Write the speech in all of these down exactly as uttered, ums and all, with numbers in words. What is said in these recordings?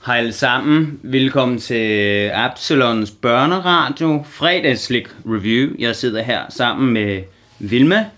Hej alle sammen. Velkommen til Absalons børneradio fredagslik review. Jeg sidder her sammen med Vilma,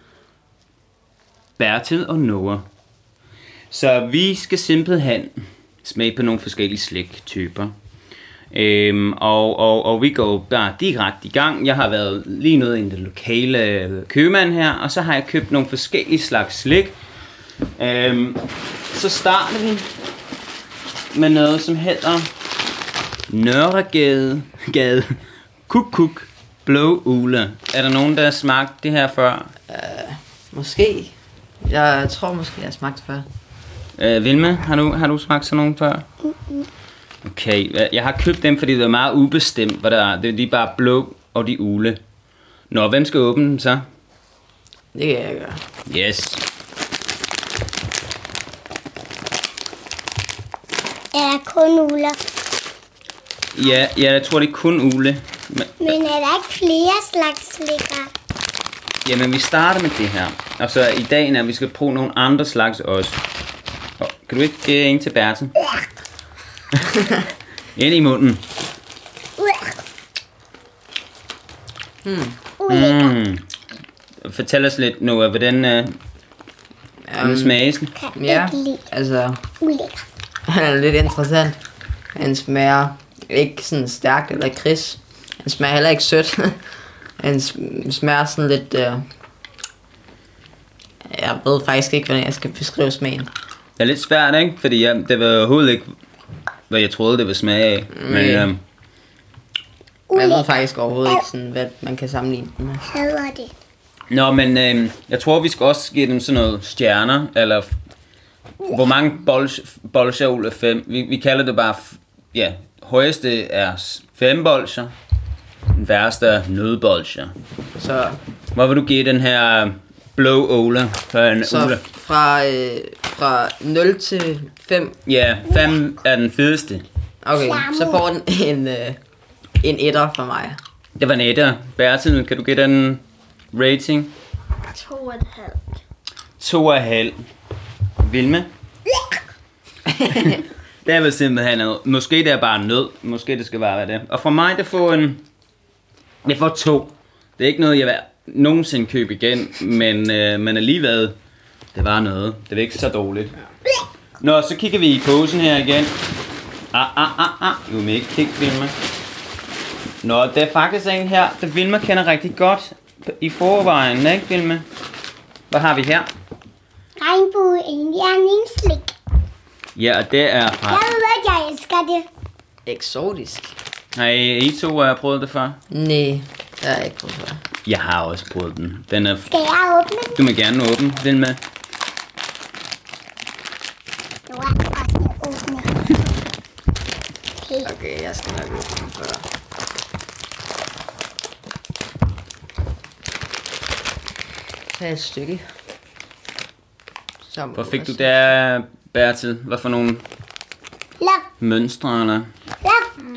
Bertil og Noah. Så vi skal simpelthen smage på nogle forskellige sliktyper. Øhm, og, og, og vi går bare direkte i gang. Jeg har været lige nede i den lokale købmand her, og så har jeg købt nogle forskellige slags slik. Øhm, så starter vi med noget, som hedder Nørregade Gade Kuk Kuk Blå Ule. Er der nogen, der har smagt det her før? Uh, måske. Jeg tror måske, jeg har smagt før. Uh, Vilma, har du, har du smagt sådan nogen før? Okay, jeg har købt dem, fordi det er meget ubestemt, hvor der er. De er bare blå, og de ule. Nå, hvem skal åbne dem så? Det kan jeg gøre. Yes. Er der kun uler? Ja, ja, jeg tror, det er kun ule. Men, Men er der ikke flere slags slikker? jamen, vi starter med det her. Og så i dag, når vi skal prøve nogle andre slags også. Oh, kan du ikke give en til Bertel? Ind i munden. Hmm. Mm. Fortæl os lidt, Noah, hvordan uh, Um, den smages. Kan ja, ikke lide altså, ulækker. han er lidt interessant. Han smager ikke sådan stærkt eller kris. Han smager heller ikke sødt. Han sm- smager sådan lidt... Uh... Jeg ved faktisk ikke, hvordan jeg skal beskrive smagen. Det er lidt svært, ikke? Fordi jeg, det var overhovedet ikke, hvad jeg troede, det var smage af. Men Mm. um, Jeg ved faktisk overhovedet ikke, sådan, hvad man kan sammenligne den med. Hader det. Nå, men øh, jeg tror, vi skal også give dem sådan noget stjerner, eller f- hvor mange bolsjer bolsjer ud af fem. Vi, vi kalder det bare, f- ja, højeste er s- fem bolsjer, den værste er nødbolsjer. Så, Hvor vil du give den her blå Ola for en så Ola? fra, øh, fra nul til fem. Ja, fem er den fedeste. Okay, så får den en, øh, en etter fra mig. Det var en etter. Bertil, kan du give den en rating? To og et halvt. To og halv. Vilma? Det er vel simpelthen noget. Måske det er bare nød. Måske det skal bare være det. Og for mig, det får en... Jeg får to. Det er ikke noget, jeg vil nogensinde købe igen. Men, øh, men alligevel, det var noget. Det er ikke så dårligt. Nå, så kigger vi i posen her igen. Ah, ah, ah, ah. Du må ikke kigge, Vilma. Nå, det er faktisk en her, der Vilma kender rigtig godt i forvejen, ikke Vilma? Hvad har vi her? Regnbue indjærningsslik. Ja, og det er fra... Jeg ved, at jeg elsker det. Eksotisk. Nej, I to har prøvet det før? Nej, det har jeg ikke prøvet før. Jeg har også prøvet den. Den er... Skal jeg åbne den? Du må gerne åbne, Vilma. Nu er jeg også åbne. Okay. Okay, jeg skal nok åbne den før. Tag et stykke. Så må Hvor fik du også- der, Bertil? Hvad for nogle Love. mønstre, eller? Love.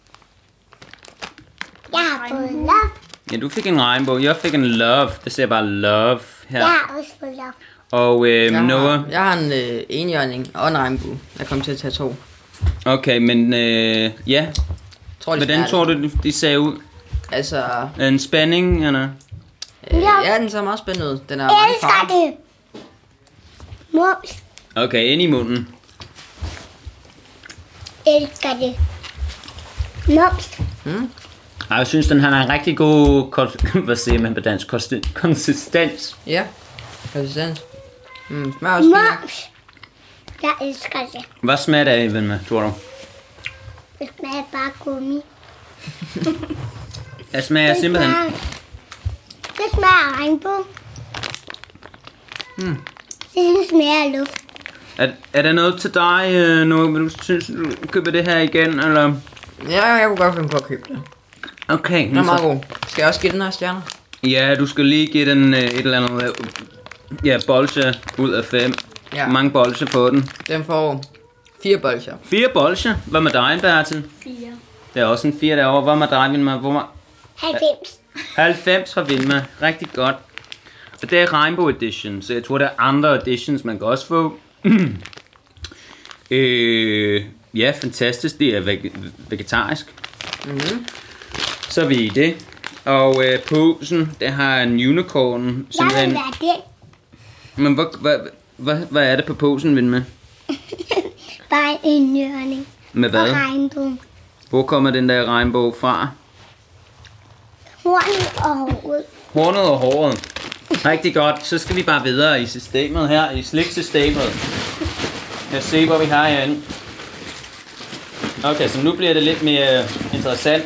Jeg har fået love. Ja, du fik en regnbue. Jeg fik en love. Det ser bare love her. Jeg har også fået love. Og øh, Jeg Noah. har, jeg har en øh, enhjørning og en regnbue. Jeg kommer til at tage to. Okay, men øh, ja. Tror, de Hvordan smager- tror du, de ser ud? Altså, En spænding, eller? øh, Ja. ja, den ser meget spændende ud. Den er Jeg mange elsker farver. det. Mums. Okay, ind i munden. Elsker det. Mums. Hmm? Ej, jeg synes, den har en rigtig god, kons- hvad siger man på dansk, Konsi- konsistens. Ja, konsistens. Mm, smager også fint. Mums. Jeg elsker det. Hvad smager det af, Vilma, tror du? Det smager bare gummi. Jeg smager Det simpelthen... smager, det smager af regnbue. Mm. Det smager af luft. Er, er der noget til dig, øh, nu? Vil du synes, du køber det her igen, eller? Ja, jeg kunne godt finde på at købe det. Okay. Den er meget god. Skal jeg også give den her stjerner? Ja, du skal lige give den øh, et eller andet... Øh, ja, bolsje ud af fem. Ja. Hvor mange bolsjer på den? Den får fire bolsjer. Fire bolsjer? Hvad med dig, Bertil? Fire. Der er også en fire derovre. Hvad med dig, Vilma? Hvor ma- halvfems. halvfems fra Vilma. Rigtig godt. Og det er Rainbow Edition, så jeg tror, der er andre editions, man kan også få. øh, Ja, fantastisk. Det er veg- vegetarisk. Mm-hmm. Så er vi i det. Og øh, posen, det har en unicorn. Jeg vil Simpelthen. være den. Men hvad, hvad, hvad, hvad er det på posen, ven med? Bare en nørning. Med Og hvad? regnbuen. Hvor kommer den der regnbue fra? Hornet og hovedet. Hornet og håret. Rigtig godt. Så skal vi bare videre i systemet her, i sliksystemet. Lad os se, hvad vi har herinde. Okay, så nu bliver det lidt mere interessant.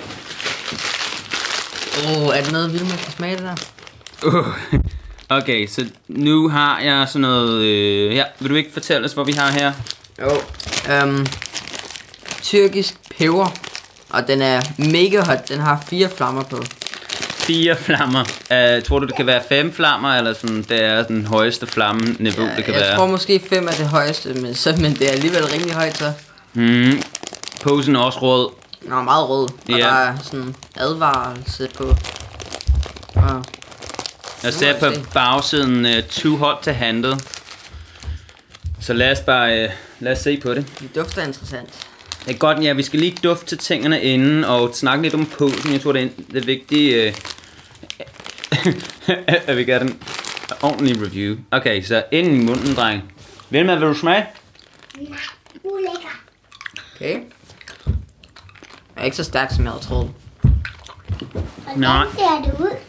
Åh, oh, er det noget vildt, man kan smage det der? Uh. Okay, så nu har jeg sådan noget... Øh, ja, vil du ikke fortælle os, hvad vi har her? Jo. Um, tyrkisk peber. Og den er mega hot. Den har fire flammer på. Fire flammer. Uh, tror du, det kan være fem flammer, eller sådan, det er den højeste flammeniveau, Ja, det kan jeg være? tror måske fem er det højeste, men, så, men det er alligevel rimelig højt så. Mm. Posen er også rød. Nå, meget rød. Og Ja. der er sådan advarelse på. Wow. Jeg Nu ser må på vi se. bagsiden uh, too hot to handle. Så lad os bare uh, lad os se på det. Det dufter interessant. Det er godt, ja, vi skal lige dufte til tingene inden og snakke lidt om posen. Jeg tror, det er det vigtige, uh, at vi gør den ordentlig review. Okay, så ind i munden, dreng. Vilma, vil du smage? Nej, ulækker. Okay. Jeg er ikke så stærk, som jeg havde troet. Hvordan Nej. ser det ud?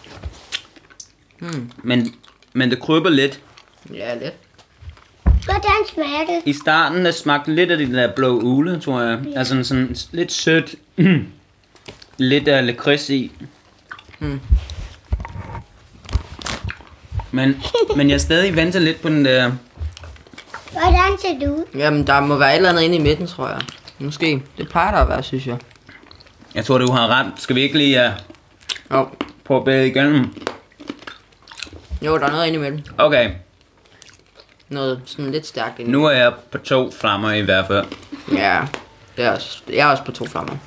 Hmm. Men, men det krybber lidt. Ja, lidt. Hvordan smager det? I starten, der smagte lidt af det der blå ule, tror jeg. Ja. Altså sådan lidt sødt. Lidt af lakrids i. Hmm. Men, men jeg stadig venter lidt på den der... Hvordan ser det ud? Jamen, der må være et eller andet inde i midten, tror jeg. Måske. Det plejer der at være, synes jeg. Jeg tror, du har ramt. Skal vi ikke lige uh, Jo. prøve at bære igennem? Jo, der er noget inde i midten. Okay, Noget sådan lidt stærkt inde i nu er jeg på to flammer i hvert fald. midten. Ja. Jeg er, også, jeg er også på to flammer.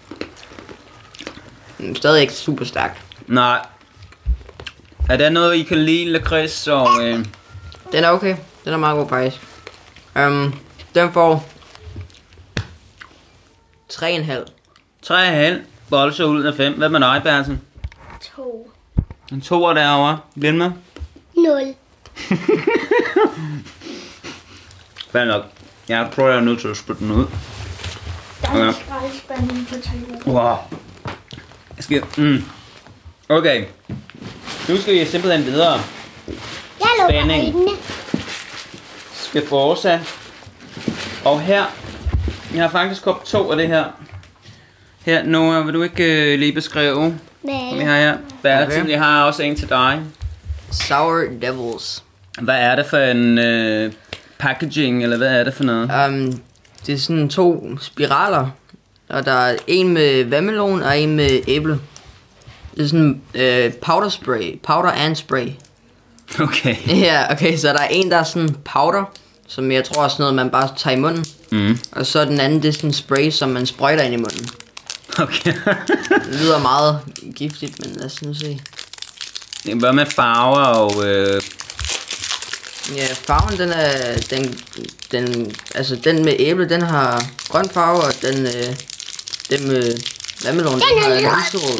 Men stadig ikke super stærkt. Nej. Er der noget, I kan lide, lakrids og... Øh... Den er okay. Den er meget god, faktisk. Um, den får... tre komma fem. tre komma fem bolser ud af fem. Hvad med dig, Bersen? To. En toer derovre. Vilma? Nul. Fair nok. Jeg tror, jeg er nødt til at spytte den ud. Der Ja. er skraldespanden på toilettet. Wow. Jeg skal... Mm. Okay. Nu skal vi simpelthen videre. Jeg lukker Spænding. øjnene. Skal fortsætte. Og her... Jeg har faktisk købt to af det her. Her, Noah, vil du ikke øh, lige beskrive, Hvad er hvad vi det? har her? Bertil, Okay. jeg har også en til dig. Sour Devils. Hvad er det for en øh, packaging, eller hvad er det for noget? Um, det er sådan to spiraler. Og der er en med vandmelon og en med æble. Det er sådan øh, powder spray. Powder and spray. Okay. Ja, okay, så der er en, der er sådan powder, som jeg tror er sådan noget, man bare tager i munden. Mm. Og så den anden, det er sådan spray, som man sprøjter ind i munden. Okay. Det lyder meget giftigt, men lad os nu se. Hvad med farver og... Øh... Ja, farven, den er, den, den, altså den med æble, den har grøn farve, og den, øh, den med vandmelon, den, Den er har lort. lyserød.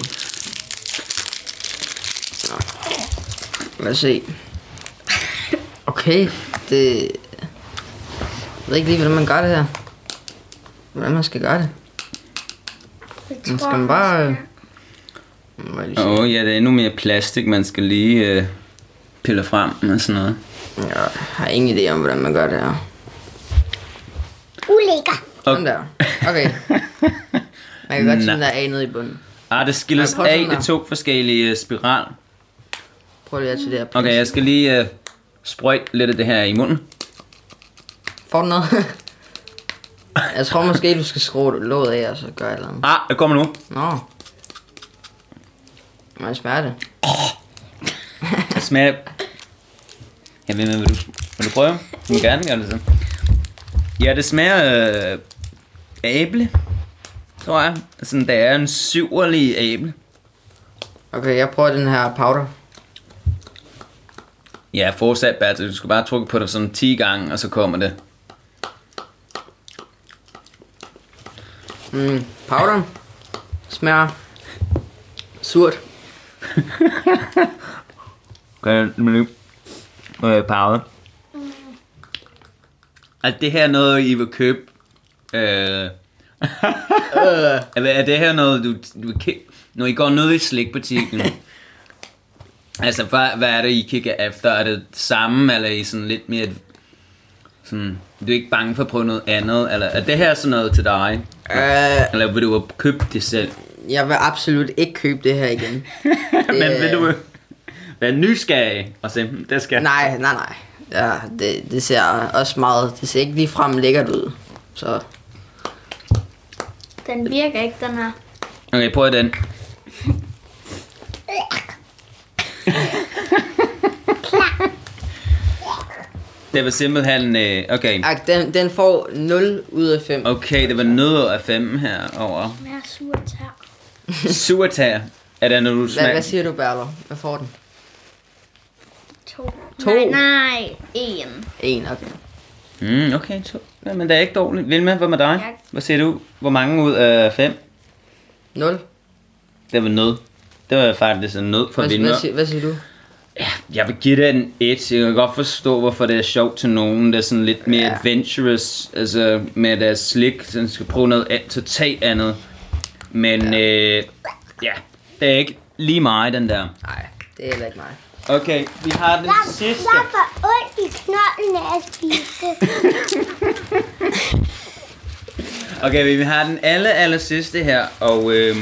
Nå. Lad os se. Okay, det... Jeg ved ikke lige, hvordan man gør det her. Hvordan man skal gøre det. Man skal man bare... øh, må jeg lige se. Åh oh, ja, det er endnu mere plastik, man skal lige øh, pille frem og sådan noget. Jeg har ingen idé om, hvordan man gør det her. Ulækker. Sådan der. Okay. Man kan godt se, Nå. den der A nede i bunden. Ah, det skilles Prøv sådan af der. i to forskellige øh, spiral. Prøv lige at til det her. Okay, jeg skal lige øh, sprøjte lidt af det her i munden. Får du noget? Jeg tror måske, du skal skrue låget af, og så gøre et eller andet. Ah, det kommer nu. Nå. Må jeg smage det? Det smager... Jeg ved ikke, vil du, vil du prøve? Du må gerne gøre det så. Ja, det smager øh, æble, tror jeg. Sådan, der er en syverlig æble. Okay, jeg prøver den her powder. Ja, fortsat, Bertil. Du skal bare trykke på det sådan ti gange, og så kommer det. Mm, powder. Smager surt. Okay, men øh, pause. Er det her noget, I vil købe? Øh... er, er det her noget, du, du når I går ned i slikbutikken? Altså, hvad, hvad er det, I kigger efter? Er det det samme, eller er I sådan lidt mere... Sådan, du er ikke bange for at prøve noget andet? Eller er det her sådan noget til dig? Uh, Eller vil du købe det selv? Jeg vil absolut ikke købe det her igen. Men vil du være nysgerrig og se, det skal... Nej, nej, nej. Ja, det, det ser også meget... Det ser ikke ligefrem lækkert ud. Så... Den virker ikke, den her. Okay, prøv den. Det var simpelthen... Øh, okay. Ej, den, den får nul ud af fem. Okay, det var noget af fem herovre. Den er sur tær. Surtær. Er det noget, du Hvad, smager? hvad siger du, Berler? Hvad får den? To. To? Nej, nej. En. En, okay. Mm, okay, to. Ja, men det er ikke dårligt. Vilma, hvad med dig? Ja. Hvad siger du? Hvor mange ud af fem? Nul. Det var nød. Det var faktisk en nød for Hvad, Vilma. hvad, siger, hvad siger du? Ja, jeg vil give det en et. Jeg kan godt forstå, hvorfor det er sjovt til nogen. Det er sådan lidt mere Ja. adventurous, altså med deres slik, så den skal prøve noget an- totalt andet. Men ja. Øh, ja, det er ikke lige mig, den der. Nej, det er heller ikke mig. Okay, vi har den Jeg, sidste. jeg får ondt i knolden af at spise. Okay, vi har den aller, aller sidste her, og øhm,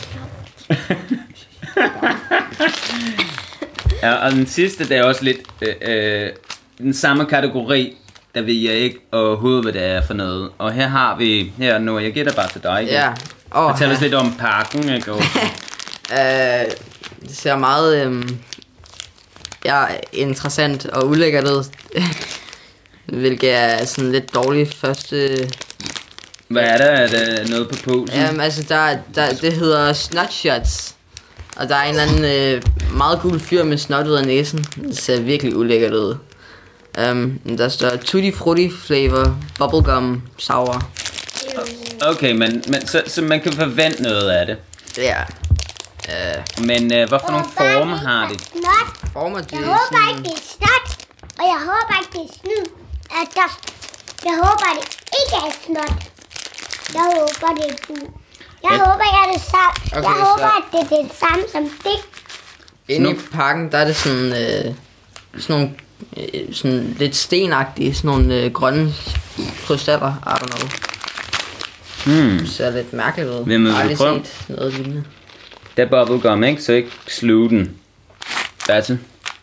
ja, og den sidste, der er også lidt øh, øh, den samme kategori, der ved jeg ikke overhovedet, hvad det er for noget. Og her har vi, her nu, jeg gætter bare til dig igen. Ja. Oh, Fortæl os lidt om pakken, ikke? Og, øh, det ser meget øhm, ja, interessant og ulækkert ud. Hvilket er sådan lidt dårligt første... hvad er der? Er der noget på posen? Jamen altså, der, der, det hedder Snot Shots. Og der er en eller anden øh, meget gul fyr med snot ud af næsen. Det ser virkelig ulækkert ud. Um, der står Tutti Frutti Flavor Bubblegum Sour. Okay, men, men så, så man kan forvente noget af det. Ja. Uh, Men øh, hvad for nogle former har det? Snot. former det Jeg er håber sådan... ikke, det er snot. Og jeg håber ikke, det er snyd. At der, jeg håber, det ikke er snot. Jeg håber, det er bu. Jeg Ja. håber, jeg er det samme. Okay, jeg så- håber, at det er det samme som det. Inde i Nu- pakken, der er det sådan... Øh, sådan nogle... Øh, sådan lidt stenagtige, sådan nogle øh, grønne krystaller. I don't know. Hmm. Det ser lidt mærkeligt ud. Hvem vil Jeg har du aldrig prøve? set noget lignende. Det er bubblegum, ikke? Så ikke sluge den. Bertel.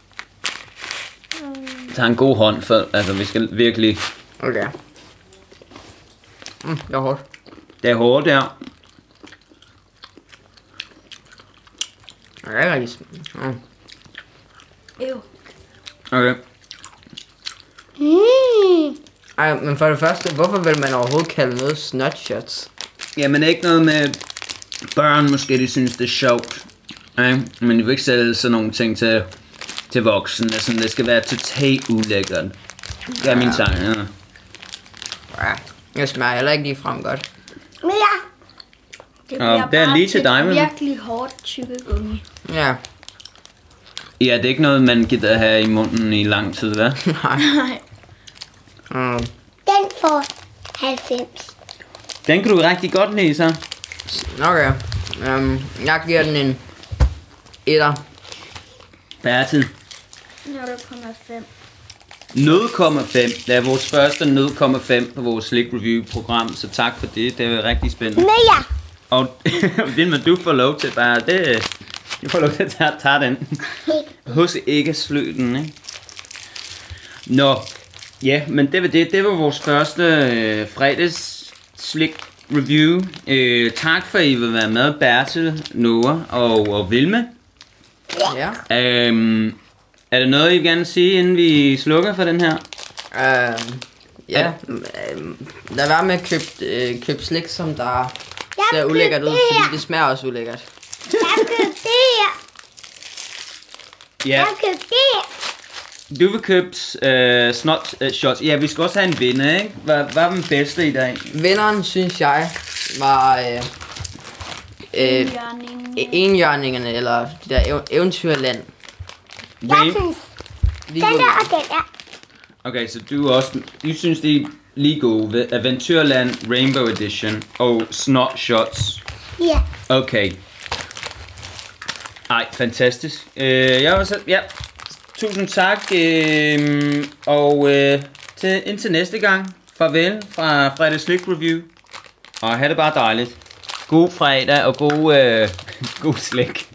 Tag en god hånd for, altså vi skal virkelig... Okay. Mm, det er hårdt. Det er hårdt der. Det er ikke rigtig... Mm. Ew. Okay. Mm. Ej, men for det første, hvorfor vil man overhovedet kalde noget snot shots? Jamen ikke noget med børn, måske de synes det er sjovt. Ja, men de vil ikke sælge sådan nogle ting til, til voksne. Altså, det skal være totalt ulækkert. Det er min tanke, ja. Ja, det smager heller ikke lige frem godt. Men ja. Det Og det er lige til dig, men- virkelig hårdt tykkegummi. Ja. Ja, det er ikke noget, man gider have i munden i lang tid, hvad? Nej. Nej. Mm. Den får halvfems. Den kan du rigtig godt lide, så. Okay. Um, jeg giver den en etter. Bertil. nul komma fem. nul komma fem. Det er vores første nul komma fem på vores Slik Review program, så tak for det. Det er rigtig spændende. Men ja. Og Vilma, du får lov til bare det. Du får lov til at tage, tage den. Husk ikke at slø den, ikke? Nå, ja, men det var det. Det var vores første øh, fredags Slik Review. Øh, tak for, at I vil være med, Bertel, Noah og, og Vilma. Ja. Øhm, er der noget, I vil gerne sige, inden vi slukker for den her? Um, ja. Um, lad være med at købe, øh, købe slik, som der ser købte ulækkert ud, det fordi her. det smager også ulækkert. Jeg købte det her. Ja, Jeg købte det her. Du vil købe øh, snot øh, shots. Ja, vi skal også have en vinder, ikke? Hvad, hvad er den bedste i dag? Vinderen, synes jeg, var øh, øh, enhjørningerne, eller de der ev- eventyrland. Jeg Rain- synes, Vi den der og den der. Okay, så du er også... Du synes, det er lige gode ved Adventureland Rainbow Edition og Snot Shots. Ja. Okay. Ej, fantastisk. Øh, jeg var så... Ja. Tusind tak. Øh, og øh, til, indtil næste gang. Farvel fra Fredag Slik Review. Og have det bare dejligt. God fredag og god, øh, god slik.